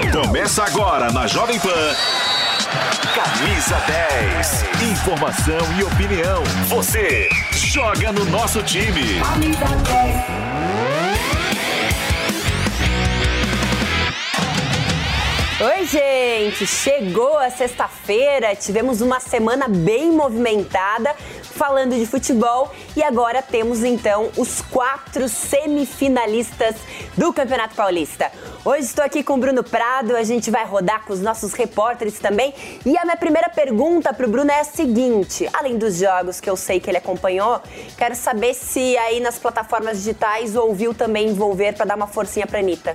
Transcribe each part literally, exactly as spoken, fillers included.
Começa agora na Jovem Pan. Camisa dez. Informação e opinião. Você joga no nosso time. Camisa dez. Oi, gente! Chegou a sexta-feira, tivemos uma semana bem movimentada falando de futebol e agora temos então os quatro semifinalistas do Campeonato Paulista. Hoje estou aqui com o Bruno Prado, a gente vai rodar com os nossos repórteres também e a minha primeira pergunta para o Bruno é a seguinte: além dos jogos que eu sei que ele acompanhou, quero saber se aí nas plataformas digitais ouviu também envolver para dar uma forcinha para a Anitta.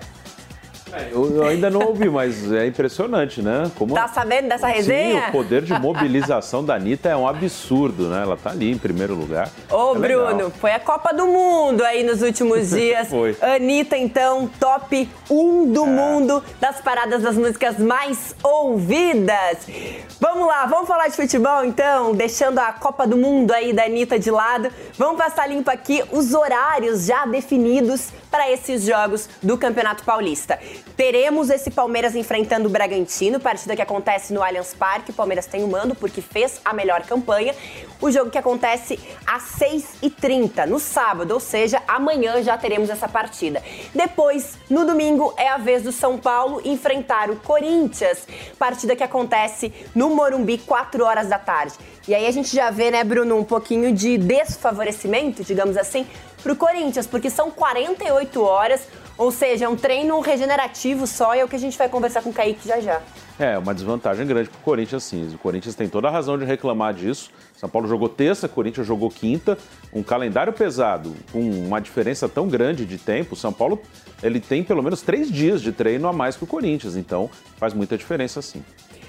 Eu, eu ainda não ouvi, mas é impressionante, né? Como... Tá sabendo dessa resenha? Sim, o poder de mobilização da Anitta é um absurdo, né? Ela tá ali em primeiro lugar. Ô, é Bruno, legal. Foi a Copa do Mundo aí nos últimos dias. Foi. Anitta, então, top um do é. mundo das paradas das músicas mais ouvidas. Vamos lá, vamos falar de futebol, então, deixando a Copa do Mundo aí da Anitta de lado. Vamos passar limpo aqui os horários já definidos para esses jogos do Campeonato Paulista. Teremos esse Palmeiras enfrentando o Bragantino, partida que acontece no Allianz Parque. O Palmeiras tem o mando porque fez a melhor campanha. O jogo que acontece às seis e trinta, no sábado, ou seja, amanhã já teremos essa partida. Depois, no domingo, é a vez do São Paulo enfrentar o Corinthians, partida que acontece no Morumbi, quatro horas da tarde. E aí a gente já vê, né, Bruno, um pouquinho de desfavorecimento, digamos assim, pro Corinthians, porque são quarenta e oito horas, ou seja, é um treino regenerativo só, e é o que a gente vai conversar com o Kaique já já. É, uma desvantagem grande pro Corinthians, sim. O Corinthians tem toda a razão de reclamar disso. São Paulo jogou terça, Corinthians jogou quinta. Um calendário pesado, com uma diferença tão grande de tempo. São Paulo, ele tem pelo menos três dias de treino a mais que o Corinthians, então faz muita diferença, sim.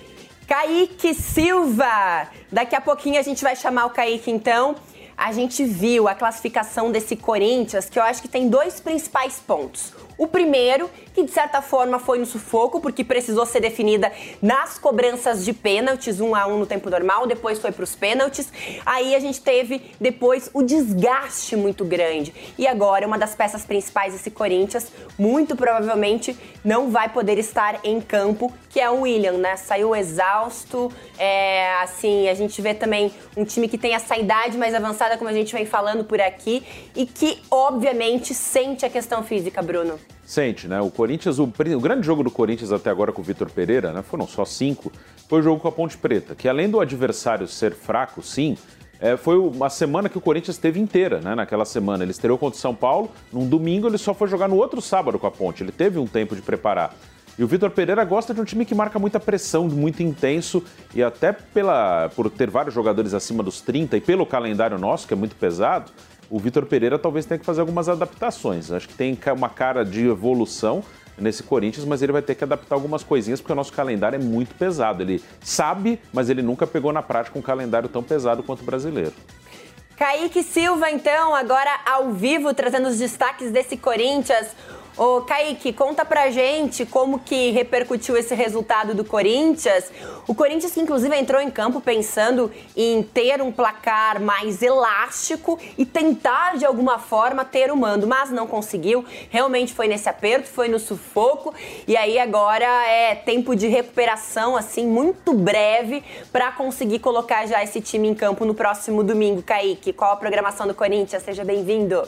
Kaique Silva! Daqui a pouquinho a gente vai chamar o Kaique, então. A gente viu a classificação desse Corinthians, que eu acho que tem dois principais pontos. O primeiro, que de certa forma foi no sufoco, porque precisou ser definida nas cobranças de pênaltis, um a um no tempo normal, depois foi para os pênaltis. Aí a gente teve depois o desgaste muito grande. E agora uma das peças principais desse Corinthians, muito provavelmente não vai poder estar em campo, que é o William, né? Saiu exausto, é, assim, a gente vê também um time que tem essa idade mais avançada, como a gente vem falando por aqui, e que obviamente sente a questão física, Bruno. Sente, né? O Corinthians, o, o grande jogo do Corinthians até agora com o Vitor Pereira, né? Foram só cinco, foi o jogo com a Ponte Preta, que além do adversário ser fraco, sim, é, foi uma semana que o Corinthians teve inteira, né? Naquela semana. Ele estreou contra o São Paulo, num domingo ele só foi jogar no outro sábado com a Ponte, ele teve um tempo de preparar. E o Vitor Pereira gosta de um time que marca muita pressão, muito intenso, e até pela, por ter vários jogadores acima dos trinta e pelo calendário nosso, que é muito pesado, o Vitor Pereira talvez tenha que fazer algumas adaptações. Acho que tem uma cara de evolução nesse Corinthians, mas ele vai ter que adaptar algumas coisinhas, porque o nosso calendário é muito pesado. Ele sabe, mas ele nunca pegou na prática um calendário tão pesado quanto o brasileiro. Kaique Silva, então, agora ao vivo, trazendo os destaques desse Corinthians. Ô, Kaique, conta pra gente como que repercutiu esse resultado do Corinthians. O Corinthians que inclusive entrou em campo pensando em ter um placar mais elástico e tentar de alguma forma ter o mando, mas não conseguiu. Realmente foi nesse aperto, foi no sufoco e aí agora é tempo de recuperação assim muito breve para conseguir colocar já esse time em campo no próximo domingo. Kaique, qual a programação do Corinthians? Seja bem-vindo.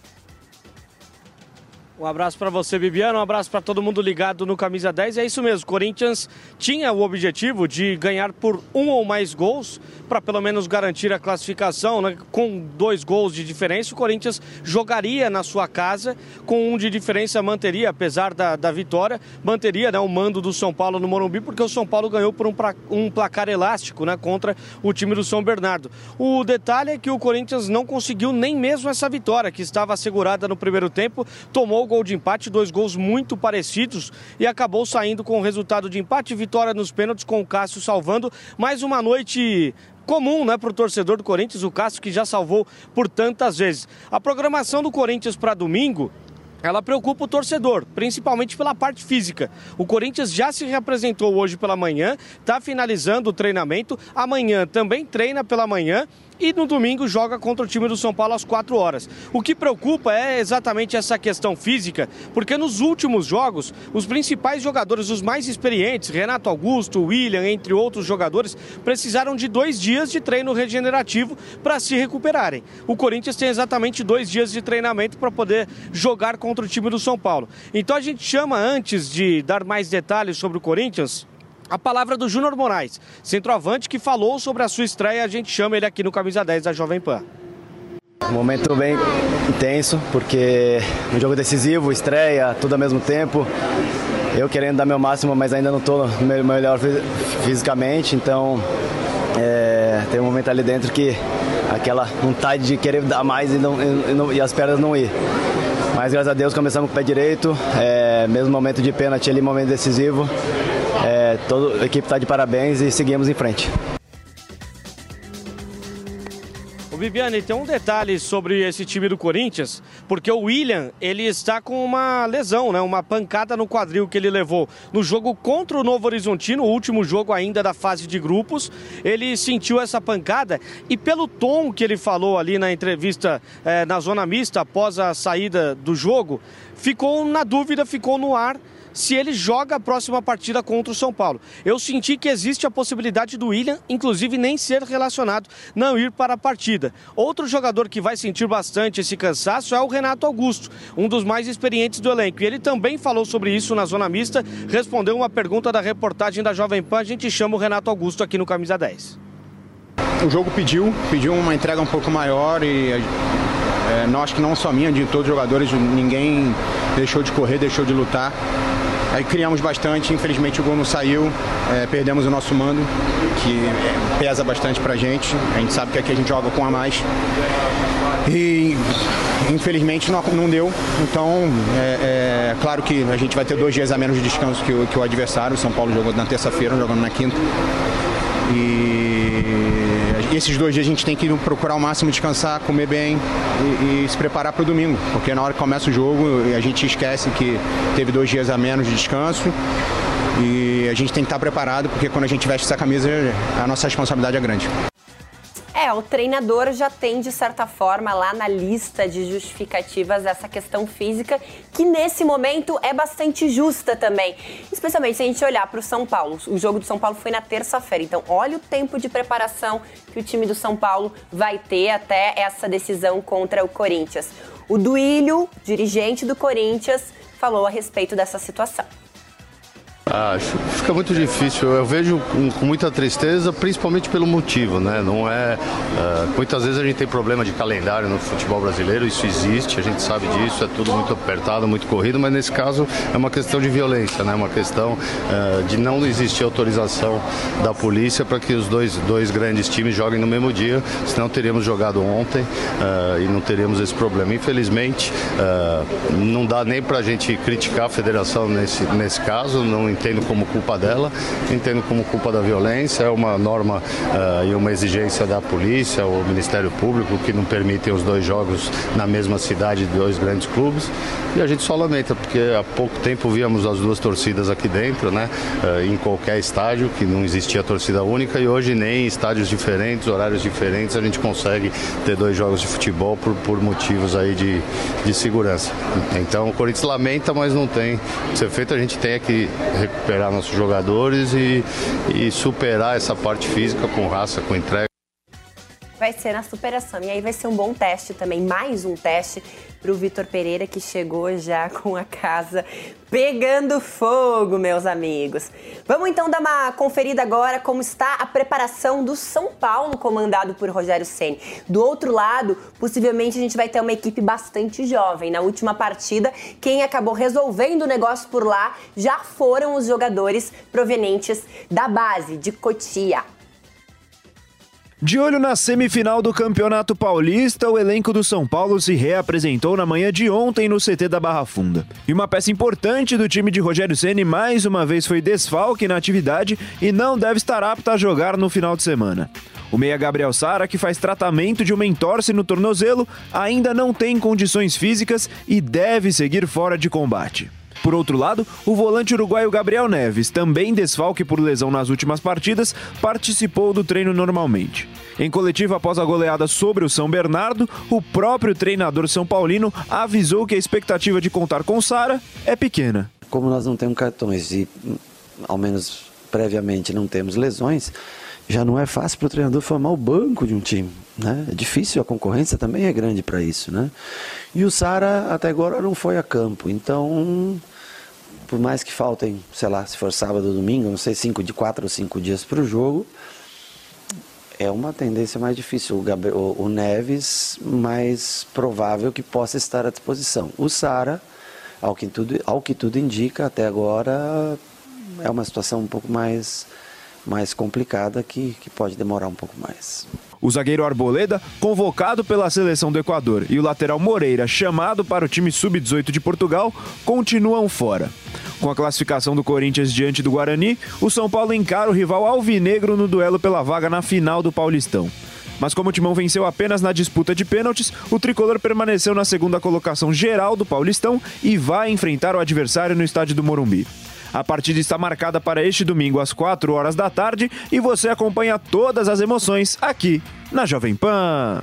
Um abraço para você, Bibiana, um abraço para todo mundo ligado no Camisa dez. É isso mesmo, o Corinthians tinha o objetivo de ganhar por um ou mais gols para pelo menos garantir a classificação, né? Com dois gols de diferença, o Corinthians jogaria na sua casa, com um de diferença manteria, apesar da, da vitória, manteria, né, o mando do São Paulo no Morumbi, porque o São Paulo ganhou por um, pra, um placar elástico, né, contra o time do São Bernardo. O detalhe é que o Corinthians não conseguiu nem mesmo essa vitória, que estava assegurada no primeiro tempo, tomou gol de empate, dois gols muito parecidos e acabou saindo com o resultado de empate e vitória nos pênaltis, com o Cássio salvando. Mais uma noite comum, né, para o torcedor do Corinthians, o Cássio que já salvou por tantas vezes. A programação do Corinthians para domingo, ela preocupa o torcedor, principalmente pela parte física. O Corinthians já se reapresentou hoje pela manhã, está finalizando o treinamento. Amanhã também treina pela manhã e no domingo joga contra o time do São Paulo às quatro horas. O que preocupa é exatamente essa questão física, porque nos últimos jogos, os principais jogadores, os mais experientes, Renato Augusto, William, entre outros jogadores, precisaram de dois dias de treino regenerativo para se recuperarem. O Corinthians tem exatamente dois dias de treinamento para poder jogar contra o time do São Paulo. Então a gente chama, antes de dar mais detalhes sobre o Corinthians, a palavra do Júnior Moraes, centroavante, que falou sobre a sua estreia. A gente chama ele aqui no Camisa dez da Jovem Pan. Um momento bem intenso, porque um jogo decisivo, estreia, tudo ao mesmo tempo. Eu querendo dar meu máximo, mas ainda não estou melhor fisicamente, então é, tem um momento ali dentro que aquela vontade de querer dar mais e, não, e, não, e as pernas não ir. Mas graças a Deus começamos com o pé direito, é, mesmo momento de pênalti ali, momento decisivo. É, toda a equipe está de parabéns e seguimos em frente. O Bibiani, tem um detalhe sobre esse time do Corinthians, porque o William, ele está com uma lesão, né? Uma pancada no quadril que ele levou no jogo contra o Novo Horizontino, o último jogo ainda da fase de grupos. Ele sentiu essa pancada e pelo tom que ele falou ali na entrevista eh, na zona mista após a saída do jogo, ficou na dúvida, ficou no ar se ele joga a próxima partida contra o São Paulo. Eu senti que existe a possibilidade do William, inclusive, nem ser relacionado, não ir para a partida. Outro jogador que vai sentir bastante esse cansaço é o Renato Augusto, um dos mais experientes do elenco. E ele também falou sobre isso na zona mista, respondeu uma pergunta da reportagem da Jovem Pan. A gente chama o Renato Augusto aqui no Camisa dez. O jogo pediu, pediu uma entrega um pouco maior e é, não, acho que não só minha, de todos os jogadores, ninguém deixou de correr, deixou de lutar. Aí criamos bastante, infelizmente o gol não saiu, é, perdemos o nosso mando, que é, pesa bastante pra gente. A gente sabe que aqui a gente joga com a mais. E infelizmente não, não deu. Então, é, é claro que a gente vai ter dois dias a menos de descanso que o, que o adversário. O São Paulo jogou na terça-feira, jogando na quinta. E esses dois dias a gente tem que procurar ao máximo descansar, comer bem e, e se preparar para o domingo, porque na hora que começa o jogo a gente esquece que teve dois dias a menos de descanso e a gente tem que estar preparado, porque quando a gente veste essa camisa a nossa responsabilidade é grande. É, o treinador já tem, de certa forma, lá na lista de justificativas essa questão física, que nesse momento é bastante justa também. Especialmente se a gente olhar para o São Paulo. O jogo do São Paulo foi na terça-feira, então olha o tempo de preparação que o time do São Paulo vai ter até essa decisão contra o Corinthians. O Duílio, dirigente do Corinthians, falou a respeito dessa situação. Ah, fica muito difícil, eu vejo com, com muita tristeza, principalmente pelo motivo, né? Não é, uh, muitas vezes a gente tem problema de calendário no futebol brasileiro, isso existe, a gente sabe disso, é tudo muito apertado, muito corrido, mas nesse caso é uma questão de violência, né? Uma questão uh, de não existir autorização da polícia para que os dois, dois grandes times joguem no mesmo dia, senão teríamos jogado ontem uh, e não teríamos esse problema. Infelizmente, uh, não dá nem para a gente criticar a federação nesse, nesse caso, não entendo como culpa dela, entendo como culpa da violência, é uma norma uh, e uma exigência da polícia ou Ministério Público que não permitem os dois jogos na mesma cidade de dois grandes clubes, e a gente só lamenta, porque há pouco tempo víamos as duas torcidas aqui dentro, né, uh, em qualquer estádio, que não existia torcida única, e hoje nem em estádios diferentes, horários diferentes, a gente consegue ter dois jogos de futebol por, por motivos aí de, de segurança. Então o Corinthians lamenta, mas não tem que ser feito, a gente tem que recuperar nossos jogadores e, e superar essa parte física com raça, com entrega. Vai ser na superação. E aí vai ser um bom teste também, mais um teste para o Vitor Pereira, que chegou já com a casa pegando fogo, meus amigos. Vamos então dar uma conferida agora como está a preparação do São Paulo, comandado por Rogério Ceni. Do outro lado, possivelmente a gente vai ter uma equipe bastante jovem. Na última partida, quem acabou resolvendo o negócio por lá já foram os jogadores provenientes da base, de Cotia. De olho na semifinal do Campeonato Paulista, o elenco do São Paulo se reapresentou na manhã de ontem no C T da Barra Funda. E uma peça importante do time de Rogério Ceni mais uma vez foi desfalque na atividade e não deve estar apta a jogar no final de semana. O meia Gabriel Sara, que faz tratamento de uma entorse no tornozelo, ainda não tem condições físicas e deve seguir fora de combate. Por outro lado, o volante uruguaio Gabriel Neves, também desfalque por lesão nas últimas partidas, participou do treino normalmente. Em coletiva após a goleada sobre o São Bernardo, o próprio treinador são paulino avisou que a expectativa de contar com Sara é pequena. Como nós não temos cartões e, ao menos previamente, não temos lesões, já não é fácil para o treinador formar o banco de um time, né? É difícil, a concorrência também é grande para isso, né? E o Sara até agora não foi a campo, então, por mais que faltem, sei lá, se for sábado ou domingo, não sei, cinco de quatro ou cinco dias para o jogo, é uma tendência mais difícil. O, Gabriel, o Neves, mais provável que possa estar à disposição. O Sara, ao que tudo, ao que tudo indica, até agora é uma situação um pouco mais, mais complicada que, que pode demorar um pouco mais. O zagueiro Arboleda, convocado pela seleção do Equador, e o lateral Moreira, chamado para o time sub dezoito de Portugal, continuam fora. Com a classificação do Corinthians diante do Guarani, o São Paulo encara o rival alvinegro no duelo pela vaga na final do Paulistão. Mas como o Timão venceu apenas na disputa de pênaltis, o tricolor permaneceu na segunda colocação geral do Paulistão e vai enfrentar o adversário no estádio do Morumbi. A partida está marcada para este domingo às quatro horas da tarde e você acompanha todas as emoções aqui na Jovem Pan.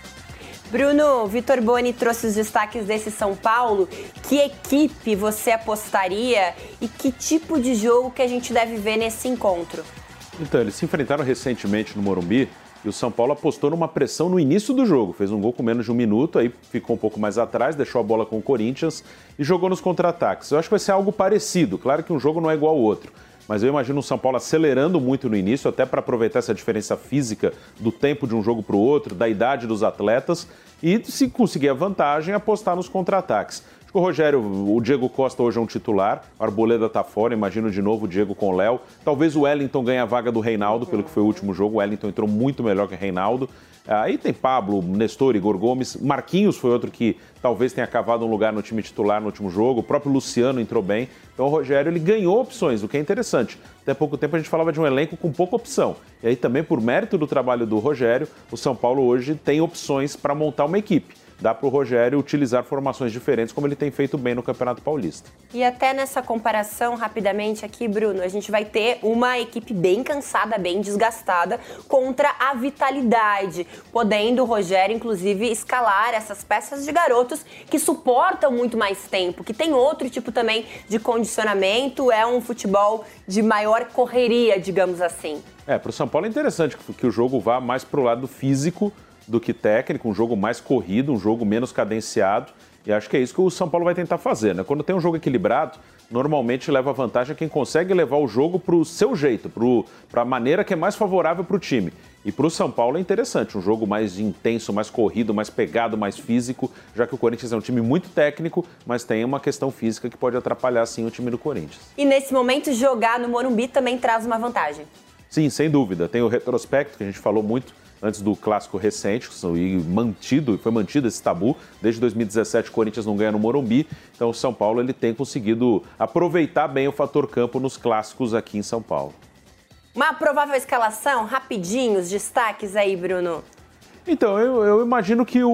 Bruno, Vitor Boni trouxe os destaques desse São Paulo. Que equipe você apostaria e que tipo de jogo que a gente deve ver nesse encontro? Então, eles se enfrentaram recentemente no Morumbi e o São Paulo apostou numa pressão no início do jogo. Fez um gol com menos de um minuto, aí ficou um pouco mais atrás, deixou a bola com o Corinthians e jogou nos contra-ataques. Eu acho que vai ser algo parecido. Claro que um jogo não é igual ao outro, mas eu imagino o São Paulo acelerando muito no início, até para aproveitar essa diferença física do tempo de um jogo para o outro, da idade dos atletas, e se conseguir a vantagem, apostar nos contra-ataques. Acho que o Rogério, o Diego Costa hoje é um titular, o Arboleda está fora, imagino de novo o Diego com o Léo. Talvez o Wellington ganhe a vaga do Reinaldo, pelo que foi o último jogo, o Wellington entrou muito melhor que o Reinaldo. Aí tem Pablo, Nestor, Igor Gomes, Marquinhos foi outro que talvez tenha cavado um lugar no time titular no último jogo, o próprio Luciano entrou bem. Então o Rogério ele ganhou opções, o que é interessante. Até pouco tempo a gente falava de um elenco com pouca opção. E aí também por mérito do trabalho do Rogério, o São Paulo hoje tem opções para montar uma equipe. Dá para o Rogério utilizar formações diferentes, como ele tem feito bem no Campeonato Paulista. E até nessa comparação, rapidamente aqui, Bruno, a gente vai ter uma equipe bem cansada, bem desgastada, contra a vitalidade, podendo o Rogério, inclusive, escalar essas peças de garotos que suportam muito mais tempo, que tem outro tipo também de condicionamento, é um futebol de maior correria, digamos assim. É, para o São Paulo é interessante que, que o jogo vá mais para o lado físico do que técnico, um jogo mais corrido, um jogo menos cadenciado, e acho que é isso que o São Paulo vai tentar fazer, né? Quando tem um jogo equilibrado, normalmente leva vantagem quem consegue levar o jogo para o seu jeito, para a maneira que é mais favorável para o time. E para o São Paulo é interessante, um jogo mais intenso, mais corrido, mais pegado, mais físico, já que o Corinthians é um time muito técnico, mas tem uma questão física que pode atrapalhar, sim, o time do Corinthians. E nesse momento, jogar no Morumbi também traz uma vantagem. Sim, sem dúvida. Tem o retrospecto, que a gente falou muito antes do clássico recente, e mantido, foi mantido esse tabu. Desde dois mil e dezessete o Corinthians não ganha no Morumbi, então o São Paulo ele tem conseguido aproveitar bem o fator campo nos clássicos aqui em São Paulo. Uma provável escalação, rapidinho, os destaques aí, Bruno. Então, eu, eu imagino que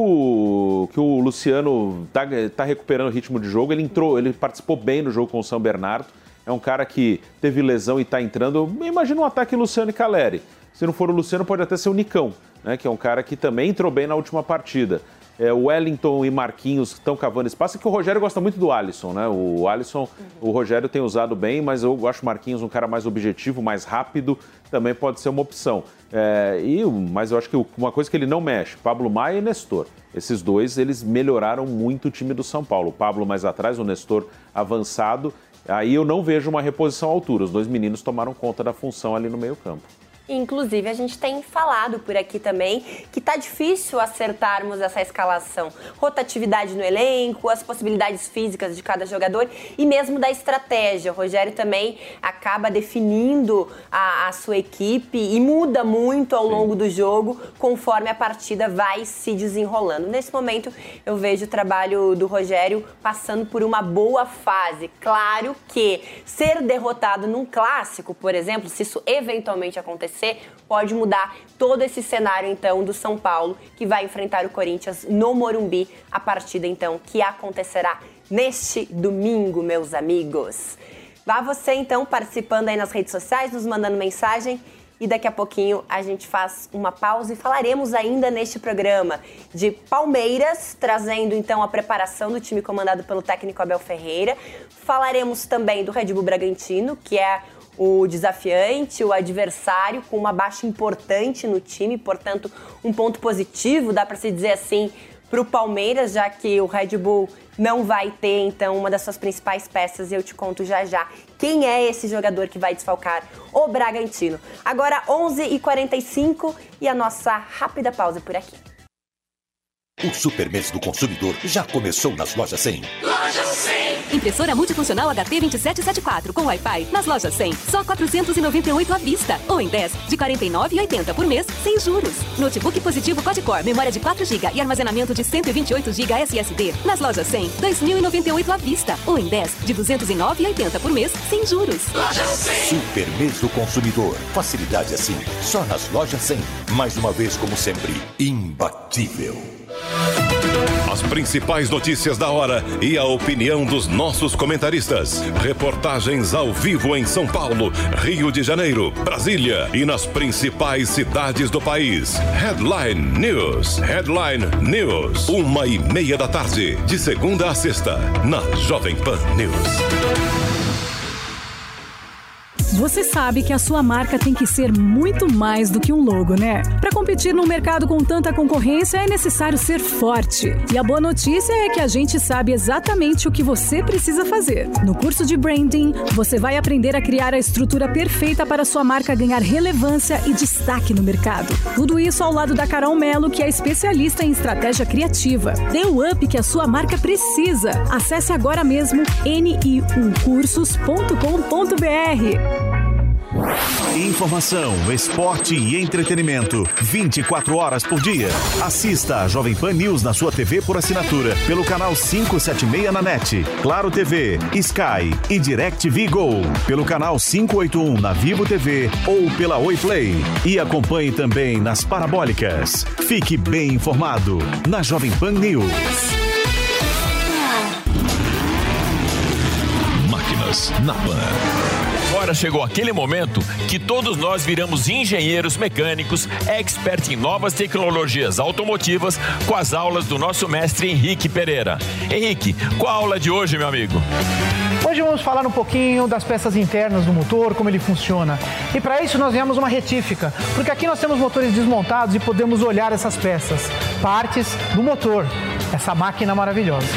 o, que o Luciano está tá recuperando o ritmo de jogo, ele entrou, ele participou bem no jogo com o São Bernardo, é um cara que teve lesão e está entrando, eu imagino um ataque Luciano e Caleri. Se não for o Luciano, pode até ser o Nicão, né, que é um cara que também entrou bem na última partida. É, o Wellington e Marquinhos estão cavando espaço, que o Rogério gosta muito do Alisson, né? O Alisson, uhum. o Rogério tem usado bem, mas eu acho o Marquinhos um cara mais objetivo, mais rápido, também pode ser uma opção. É, e, mas eu acho que uma coisa que ele não mexe, Pablo Maia e Nestor. Esses dois, eles melhoraram muito o time do São Paulo. O Pablo mais atrás, o Nestor avançado. Aí eu não vejo uma reposição à altura. Os dois meninos tomaram conta da função ali no meio-campo. Inclusive, a gente tem falado por aqui também que tá difícil acertarmos essa escalação. Rotatividade no elenco, as possibilidades físicas de cada jogador e mesmo da estratégia. O Rogério também acaba definindo a, a sua equipe e muda muito ao longo do jogo conforme a partida vai se desenrolando. Nesse momento, eu vejo o trabalho do Rogério passando por uma boa fase. Claro que ser derrotado num clássico, por exemplo, se isso eventualmente acontecer, pode mudar todo esse cenário, então, do São Paulo, que vai enfrentar o Corinthians no Morumbi, a partida, então, que acontecerá neste domingo, meus amigos. Vá você, então, participando aí nas redes sociais, nos mandando mensagem. E daqui a pouquinho a gente faz uma pausa e falaremos ainda neste programa de Palmeiras, trazendo então a preparação do time comandado pelo técnico Abel Ferreira. Falaremos também do Red Bull Bragantino, que é o desafiante, o adversário, com uma baixa importante no time, portanto, um ponto positivo, dá para se dizer assim, para o Palmeiras, já que o Red Bull não vai ter, então, uma das suas principais peças, e eu te conto já já quem é esse jogador que vai desfalcar o Bragantino. Agora, onze e quarenta e cinco e a nossa rápida pausa por aqui. O Super Mês do Consumidor já começou nas Lojas cem. Loja cem. Impressora multifuncional H T vinte e sete setenta e quatro com Wi-Fi nas Lojas cem. Só quatrocentos e noventa e oito à vista. Ou em dez de quarenta e nove reais e oitenta centavos por mês, sem juros. Notebook positivo quad-core, memória de quatro gigas e armazenamento de cento e vinte e oito gigas S S D. Nas Lojas cem, dois mil e noventa e oito à vista. Ou em dez de duzentos e nove reais e oitenta centavos por mês, sem juros. Loja cem. Super Mês do Consumidor. Facilidade assim, só nas Lojas cem. Mais uma vez, como sempre, imbatível. As principais notícias da hora e a opinião dos nossos comentaristas. Reportagens ao vivo em São Paulo, Rio de Janeiro, Brasília e nas principais cidades do país. Headline News. Headline News. Uma e meia da tarde, de segunda a sexta, na Jovem Pan News. Você sabe que a sua marca tem que ser muito mais do que um logo, né? Para competir num mercado com tanta concorrência, é necessário ser forte. E a boa notícia é que a gente sabe exatamente o que você precisa fazer. No curso de Branding, você vai aprender a criar a estrutura perfeita para a sua marca ganhar relevância e destaque no mercado. Tudo isso ao lado da Carol Melo, que é especialista em estratégia criativa. Dê o up que a sua marca precisa. Acesse agora mesmo N I U cursos ponto com ponto b r. Informação, esporte e entretenimento, vinte e quatro horas por dia. Assista a Jovem Pan News na sua T V por assinatura, pelo canal quinhentos e setenta e seis na NET, Claro T V, Sky e DirecTV Go, pelo canal quinhentos e oitenta e um na Vivo T V ou pela Oi Play. E acompanhe também nas parabólicas. Fique bem informado na Jovem Pan News. Máquinas na Pan. Agora chegou aquele momento que todos nós viramos engenheiros mecânicos, expert em novas tecnologias automotivas, com as aulas do nosso mestre Henrique Pereira. Henrique, qual a aula de hoje, meu amigo? Hoje vamos falar um pouquinho das peças internas do motor, como ele funciona. E para isso nós viemos uma retífica, porque aqui nós temos motores desmontados e podemos olhar essas peças, partes do motor, essa máquina maravilhosa.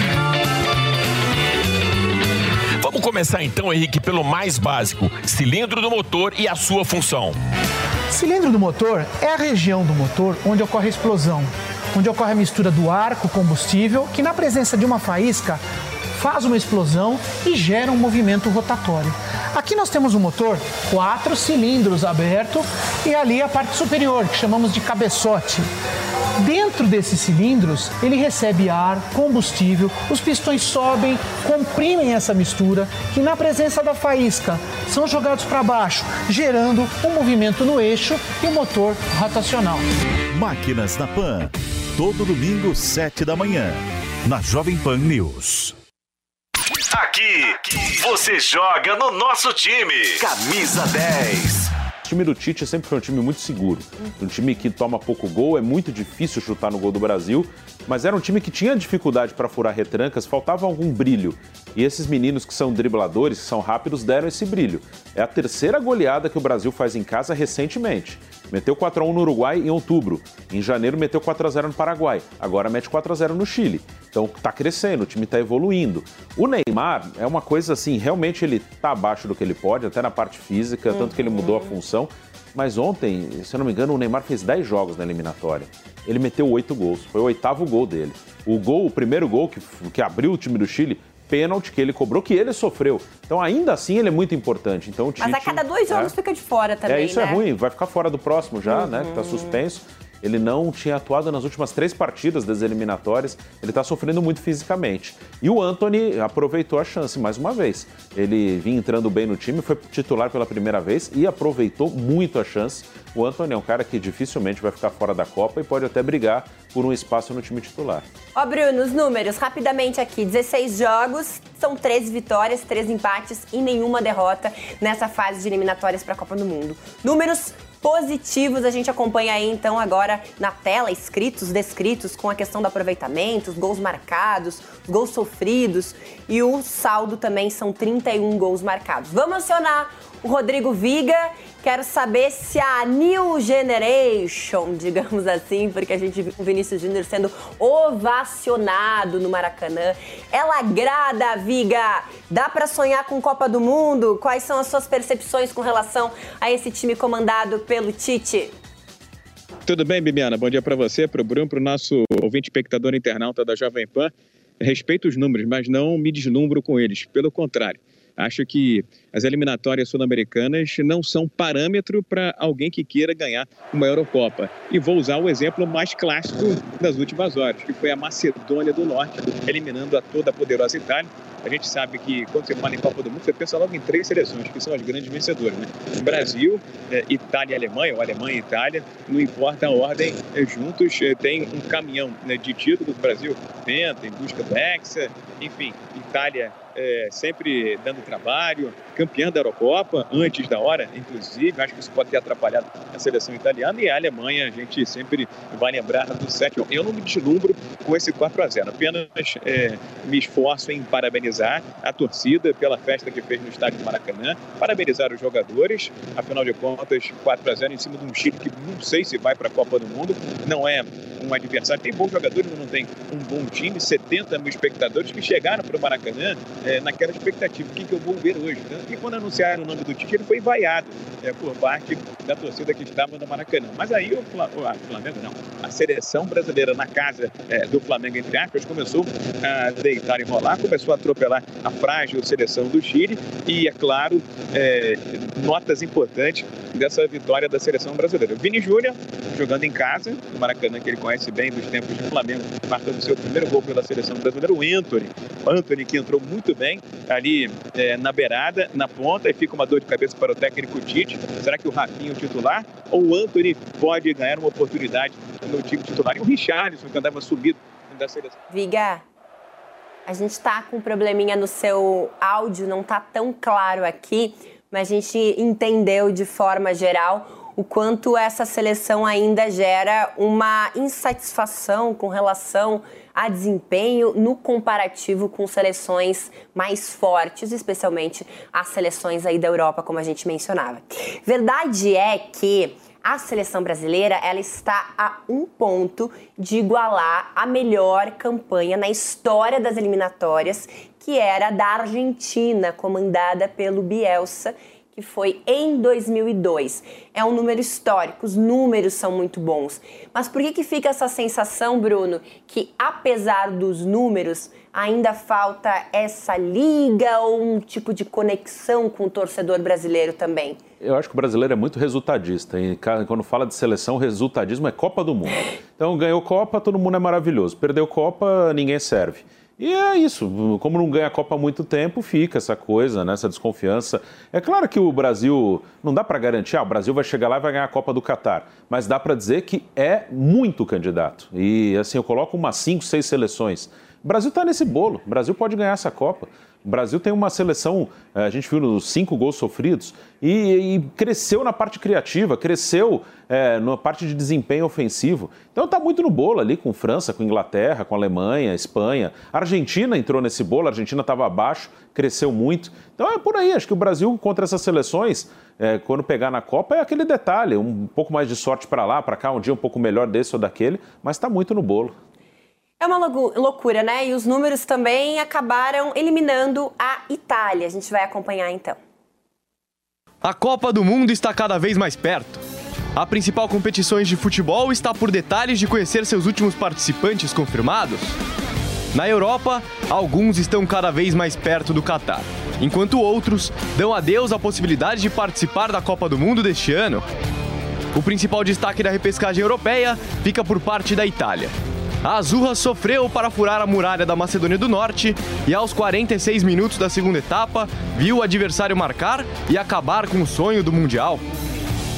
Vamos começar então, Henrique, pelo mais básico, cilindro do motor e a sua função. Cilindro do motor é a região do motor onde ocorre a explosão, onde ocorre a mistura do ar com o combustível, que na presença de uma faísca faz uma explosão e gera um movimento rotatório. Aqui nós temos um motor, quatro cilindros aberto e ali a parte superior, que chamamos de cabeçote. Dentro desses cilindros, ele recebe ar, combustível, os pistões sobem, comprimem essa mistura, que na presença da faísca são jogados para baixo, gerando um movimento no eixo e o motor rotacional. Máquinas na Pan, todo domingo, sete da manhã, na Jovem Pan News. Aqui, você joga no nosso time. Camisa dez. O time do Tite sempre foi um time muito seguro. Um time que toma pouco gol, é muito difícil chutar no gol do Brasil, mas era um time que tinha dificuldade para furar retrancas, faltava algum brilho. E esses meninos que são dribladores, que são rápidos, deram esse brilho. É a terceira goleada que o Brasil faz em casa recentemente. Meteu quatro a um no Uruguai em outubro. Em janeiro meteu quatro a zero no Paraguai. Agora mete quatro a zero no Chile. Então tá crescendo, o time tá evoluindo. O Neymar é uma coisa assim, realmente ele tá abaixo do que ele pode, até na parte física, tanto que ele mudou a função. Mas ontem, se eu não me engano, o Neymar fez dez jogos na eliminatória. Ele meteu oito gols, foi o oitavo gol dele. O gol, o primeiro gol que, que abriu o time do Chile, pênalti que ele cobrou, que ele sofreu. Então, ainda assim, ele é muito importante. Então, o Tite, Mas a cada dois jogos é, fica de fora também, É, isso né? é ruim, vai ficar fora do próximo já, uhum. né, que tá suspenso. Ele não tinha atuado nas últimas três partidas das eliminatórias, ele está sofrendo muito fisicamente. E o Antony aproveitou a chance mais uma vez. Ele vinha entrando bem no time, foi titular pela primeira vez e aproveitou muito a chance. o Antony é um cara que dificilmente vai ficar fora da Copa e pode até brigar por um espaço no time titular. Ó, Bruno, os números, rapidamente aqui. dezesseis jogos, são treze vitórias, três empates e nenhuma derrota nessa fase de eliminatórias para a Copa do Mundo. Números positivos, a gente acompanha aí então agora na tela, escritos, descritos, com a questão do aproveitamento, os gols marcados, os gols sofridos e o saldo também são trinta e um gols marcados. Vamos acionar o Rodrigo Viga. Quero saber se a New Generation, digamos assim, porque a gente viu o Vinícius Júnior sendo ovacionado no Maracanã, ela agrada, Viga? Dá para sonhar com Copa do Mundo? Quais são as suas percepções com relação a esse time comandado pelo Tite? Tudo bem, Bibiana? Bom dia para você, para o Bruno, para o nosso ouvinte espectador internauta da Jovem Pan. Respeito os números, mas não me deslumbro com eles. Pelo contrário. Acho que as eliminatórias sul-americanas não são parâmetro para alguém que queira ganhar uma Eurocopa. E vou usar o exemplo mais clássico das últimas horas, que foi a Macedônia do Norte, eliminando a toda a poderosa Itália. A gente sabe que quando você fala em Copa do Mundo, você pensa logo em três seleções, que são as grandes vencedoras, né? Brasil, eh, Itália e Alemanha, ou Alemanha e Itália, não importa a ordem, eh, juntos eh, tem um caminhão, né, de títulos. Brasil tenta, em busca do Hexa, enfim, Itália É, sempre dando trabalho, campeã da Eurocopa, antes da hora, inclusive. Acho que isso pode ter atrapalhado a seleção italiana. E a Alemanha, a gente sempre vai lembrar do sete a um. Eu não me deslumbro com esse quatro a zero, apenas é, me esforço em parabenizar a torcida pela festa que fez no estádio do Maracanã, parabenizar os jogadores, afinal de contas, quatro a zero em cima de um Chile que não sei se vai para a Copa do Mundo, não é um adversário, tem bons jogadores, mas não tem um bom time, setenta mil espectadores que chegaram para o Maracanã é, naquela expectativa, o que, que eu vou ver hoje, né? E quando anunciaram o nome do Tite, ele foi vaiado é, por parte da torcida que estava no Maracanã. Mas aí o Flamengo, não, a seleção brasileira na casa é, do Flamengo, entre aspas, começou a deitar e rolar, começou a atropelar a frágil seleção do Chile e, é claro, é, notas importantes dessa vitória da seleção brasileira. Vini Júnior, jogando em casa, no Maracanã, que ele conhece bem dos tempos do Flamengo, marcando seu primeiro gol pela seleção brasileira. O Antony, o Antony que entrou muito bem ali é, na beirada, na ponta, e fica uma dor de cabeça para o técnico Tite. Será que o Rafinha é o titular? Ou o Antony pode ganhar uma oportunidade no time titular? E o Richarlison, que andava subido da seleção. Viga, a gente está com um probleminha no seu áudio, não está tão claro aqui, mas a gente entendeu de forma geral o quanto essa seleção ainda gera uma insatisfação com relação a desempenho no comparativo com seleções mais fortes, especialmente as seleções aí da Europa, como a gente mencionava. Verdade é que a seleção brasileira ela está a um ponto de igualar a melhor campanha na história das eliminatórias, que era da Argentina, comandada pelo Bielsa, que foi em dois mil e dois. É um número histórico, os números são muito bons. Mas por que que fica essa sensação, Bruno, que apesar dos números, ainda falta essa liga ou um tipo de conexão com o torcedor brasileiro também? Eu acho que o brasileiro é muito resultadista. E quando fala de seleção, resultadismo é Copa do Mundo. Então, ganhou Copa, todo mundo é maravilhoso. Perdeu Copa, ninguém serve. E é isso, como não ganha a Copa há muito tempo, fica essa coisa, né, essa desconfiança. É claro que o Brasil, não dá para garantir, ah, o Brasil vai chegar lá e vai ganhar a Copa do Catar, mas dá para dizer que é muito candidato. E assim, eu coloco umas cinco, seis seleções. O Brasil está nesse bolo, o Brasil pode ganhar essa Copa. O Brasil tem uma seleção, a gente viu nos cinco gols sofridos, e, e cresceu na parte criativa, cresceu é, na parte de desempenho ofensivo. Então está muito no bolo ali com França, com Inglaterra, com Alemanha, Espanha. A Argentina entrou nesse bolo, a Argentina estava abaixo, cresceu muito. Então é por aí, acho que o Brasil contra essas seleções, é, quando pegar na Copa, é aquele detalhe, um pouco mais de sorte para lá, para cá, um dia um pouco melhor desse ou daquele, mas está muito no bolo. É uma loucura, né? E os números também acabaram eliminando a Itália. A gente vai acompanhar então. A Copa do Mundo está cada vez mais perto. A principal competição de futebol está por detalhes de conhecer seus últimos participantes confirmados. Na Europa, alguns estão cada vez mais perto do Catar, enquanto outros dão adeus à possibilidade de participar da Copa do Mundo deste ano. O principal destaque da repescagem europeia fica por parte da Itália. A Azurra sofreu para furar a muralha da Macedônia do Norte e aos quarenta e seis minutos da segunda etapa, viu o adversário marcar e acabar com o sonho do Mundial.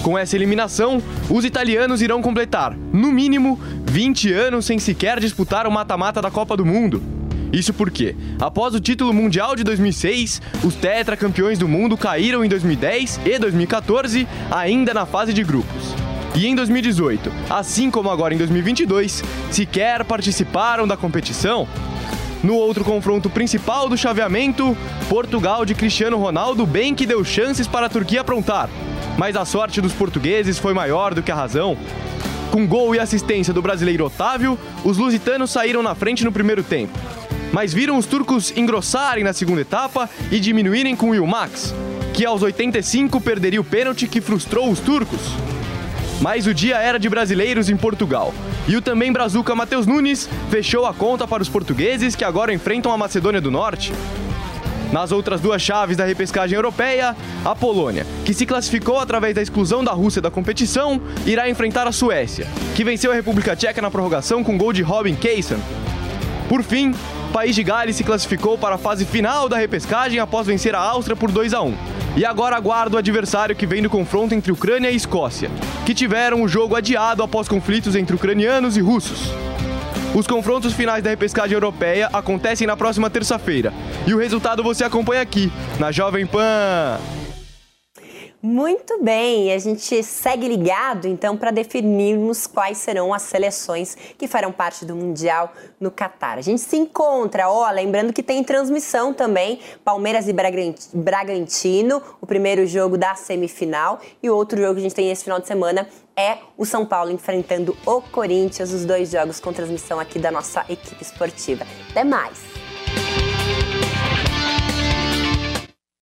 Com essa eliminação, os italianos irão completar, no mínimo, vinte anos sem sequer disputar o mata-mata da Copa do Mundo. Isso porque, após o título mundial de dois mil e seis, os tetracampeões do mundo caíram em dois mil e dez e dois mil e quatorze, ainda na fase de grupos. E em dois mil e dezoito, assim como agora em dois mil e vinte e dois, sequer participaram da competição. No outro confronto principal do chaveamento, Portugal de Cristiano Ronaldo bem que deu chances para a Turquia aprontar. Mas a sorte dos portugueses foi maior do que a razão. Com gol e assistência do brasileiro Otávio, os lusitanos saíram na frente no primeiro tempo. Mas viram os turcos engrossarem na segunda etapa e diminuírem com o Yilmaz, que aos oitenta e cinco perderia o pênalti que frustrou os turcos. Mas o dia era de brasileiros em Portugal. E o também brazuca Matheus Nunes fechou a conta para os portugueses que agora enfrentam a Macedônia do Norte. Nas outras duas chaves da repescagem europeia, a Polônia, que se classificou através da exclusão da Rússia da competição, irá enfrentar a Suécia, que venceu a República Tcheca na prorrogação com gol de Robin Kaysen. Por fim, o País de Gales se classificou para a fase final da repescagem após vencer a Áustria por dois a um. E agora aguarda o adversário que vem do confronto entre Ucrânia e Escócia, que tiveram o jogo adiado após conflitos entre ucranianos e russos. Os confrontos finais da repescagem europeia acontecem na próxima terça-feira. E o resultado você acompanha aqui, na Jovem Pan. Muito bem, a gente segue ligado então para definirmos quais serão as seleções que farão parte do Mundial no Catar. A gente se encontra, ó, lembrando que tem transmissão também, Palmeiras e Bragantino, o primeiro jogo da semifinal, e o outro jogo que a gente tem esse final de semana é o São Paulo enfrentando o Corinthians, os dois jogos com transmissão aqui da nossa equipe esportiva. Até mais!